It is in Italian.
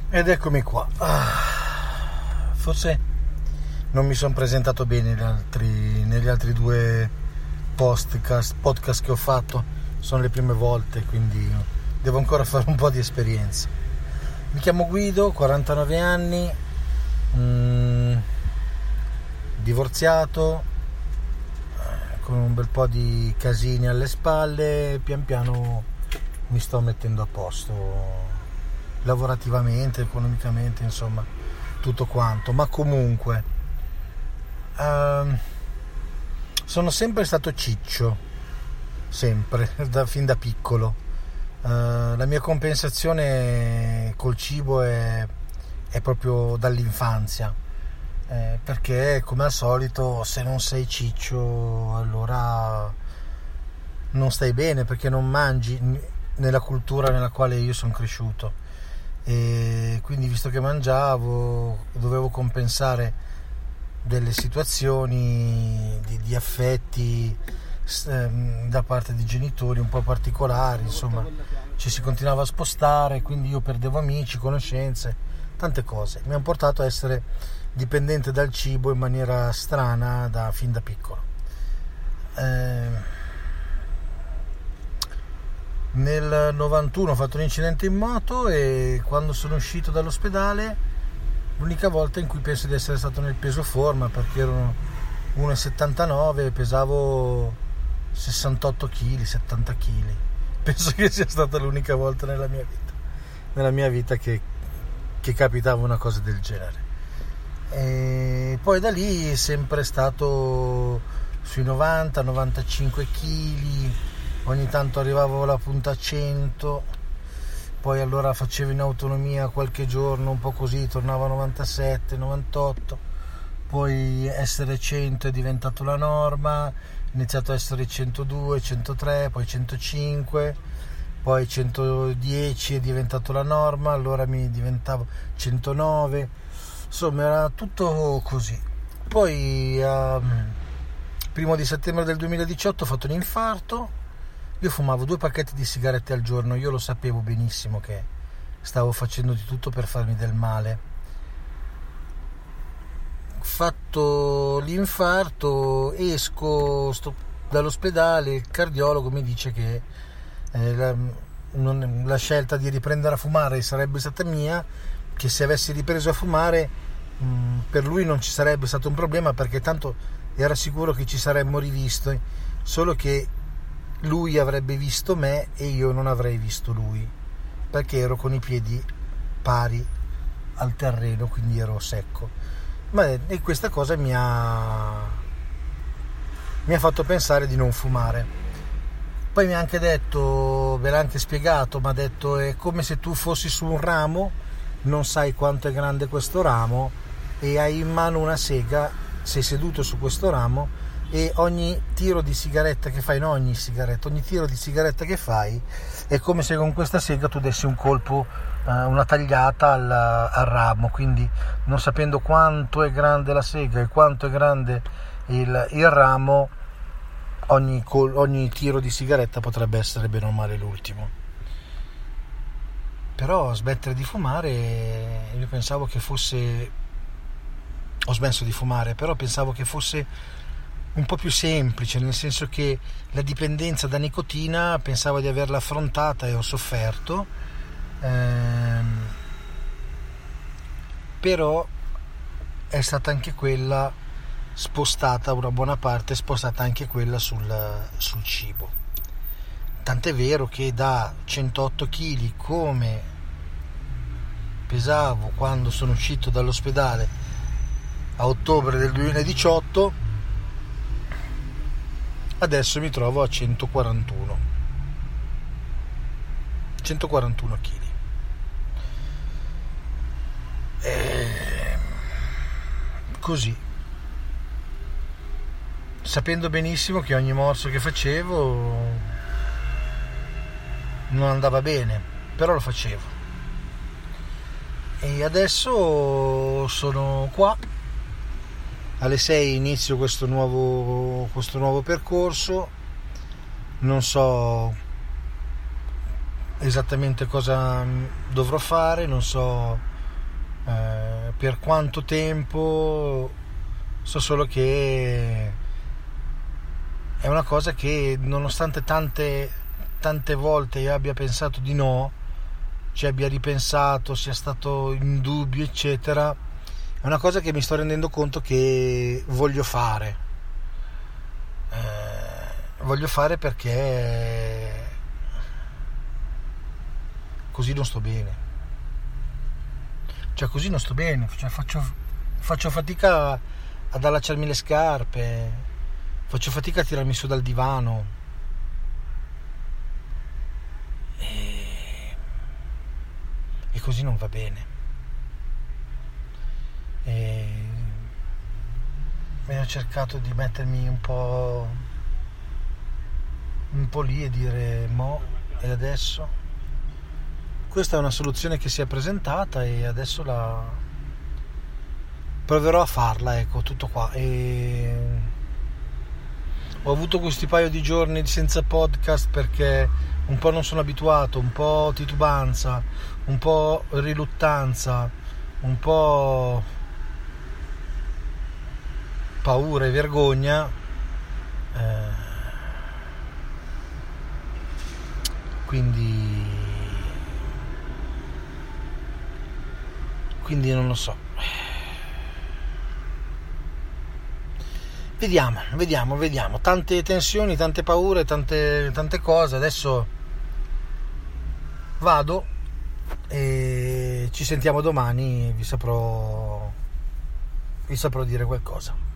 Ed eccomi qua. Forse non mi sono presentato bene negli altri due podcast che ho fatto. Sono le prime volte, quindi devo ancora fare un po' di esperienza. Mi chiamo Guido, 49 anni, divorziato, con un bel po' di casini alle spalle. Pian piano mi sto mettendo a posto, lavorativamente, economicamente, insomma, tutto quanto. Ma comunque sono sempre stato ciccio, sempre, fin da piccolo. La mia compensazione col cibo è proprio dall'infanzia, perché come al solito, se non sei ciccio allora non stai bene, perché non mangi nella cultura nella quale io sono cresciuto. E quindi, visto che mangiavo, dovevo compensare delle situazioni di affetti da parte di genitori un po' particolari, insomma, ci si continuava a spostare, quindi io perdevo amici, conoscenze, tante cose. Mi hanno portato a essere dipendente dal cibo in maniera strana fin da piccolo. Nel 91 ho fatto un incidente in moto e quando sono uscito dall'ospedale, l'unica volta in cui penso di essere stato nel peso forma, perché ero 1,79 e pesavo 68 kg, 70 kg. Penso che sia stata l'unica volta nella mia vita che capitava una cosa del genere. E poi da lì è sempre stato sui 90-95 kg. Ogni tanto arrivavo alla punta 100, poi allora facevo in autonomia qualche giorno un po' così, tornavo a 97, 98, poi essere 100 è diventato la norma, ho iniziato a essere 102, 103, poi 105, poi 110 è diventato la norma, allora mi diventavo 109, insomma era tutto così. Poi 1° settembre del 2018 ho fatto un infarto. Io fumavo 2 pacchetti di sigarette al giorno, io lo sapevo benissimo che stavo facendo di tutto per farmi del male. Fatto l'infarto, esco dall'ospedale, il cardiologo mi dice che la scelta di riprendere a fumare sarebbe stata mia, che se avessi ripreso a fumare per lui non ci sarebbe stato un problema, perché tanto era sicuro che ci saremmo rivisti, solo che lui avrebbe visto me e io non avrei visto lui, perché ero con i piedi pari al terreno, quindi ero secco. E questa cosa mi ha fatto pensare di non fumare. Poi mi ha anche detto, ve l'ha anche spiegato, mi ha detto: è come se tu fossi su un ramo, non sai quanto è grande questo ramo e hai in mano una sega, sei seduto su questo ramo e ogni tiro di sigaretta che fai, ogni tiro di sigaretta che fai è come se con questa sega tu dessi un colpo, una tagliata al ramo, quindi non sapendo quanto è grande la sega e quanto è grande il ramo, ogni tiro di sigaretta potrebbe essere bene o male l'ultimo. Però smettere di fumare, io pensavo che fosse, ho smesso di fumare, però pensavo che fosse un po' più semplice, nel senso che la dipendenza da nicotina pensavo di averla affrontata e ho sofferto, però è stata anche quella spostata, una buona parte è spostata anche quella sul cibo. Tant'è vero che da 108 kg, come pesavo quando sono uscito dall'ospedale a ottobre del 2018, adesso mi trovo a 141 kg. Così, sapendo benissimo che ogni morso che facevo non andava bene, però lo facevo. E adesso sono qua. Alle 6 inizio questo nuovo percorso, non so esattamente cosa dovrò fare, non so per quanto tempo. So solo che è una cosa che, nonostante tante volte io abbia pensato di no, ci abbia ripensato, sia stato in dubbio eccetera, è una cosa che mi sto rendendo conto che voglio fare. Voglio fare perché così non sto bene. Così non sto bene, faccio fatica ad allacciarmi le scarpe, faccio fatica a tirarmi su dal divano. E così non va bene. E ho cercato di mettermi un po' lì e dire mo, e adesso? Questa è una soluzione che si è presentata e adesso la proverò a farla, ecco, tutto qua. E ho avuto questi paio di giorni senza podcast perché un po' non sono abituato, un po' titubanza, un po' riluttanza, un po' paura e vergogna, quindi non lo so. Vediamo, tante tensioni, tante paure, tante cose. Adesso vado e ci sentiamo domani e vi saprò dire qualcosa.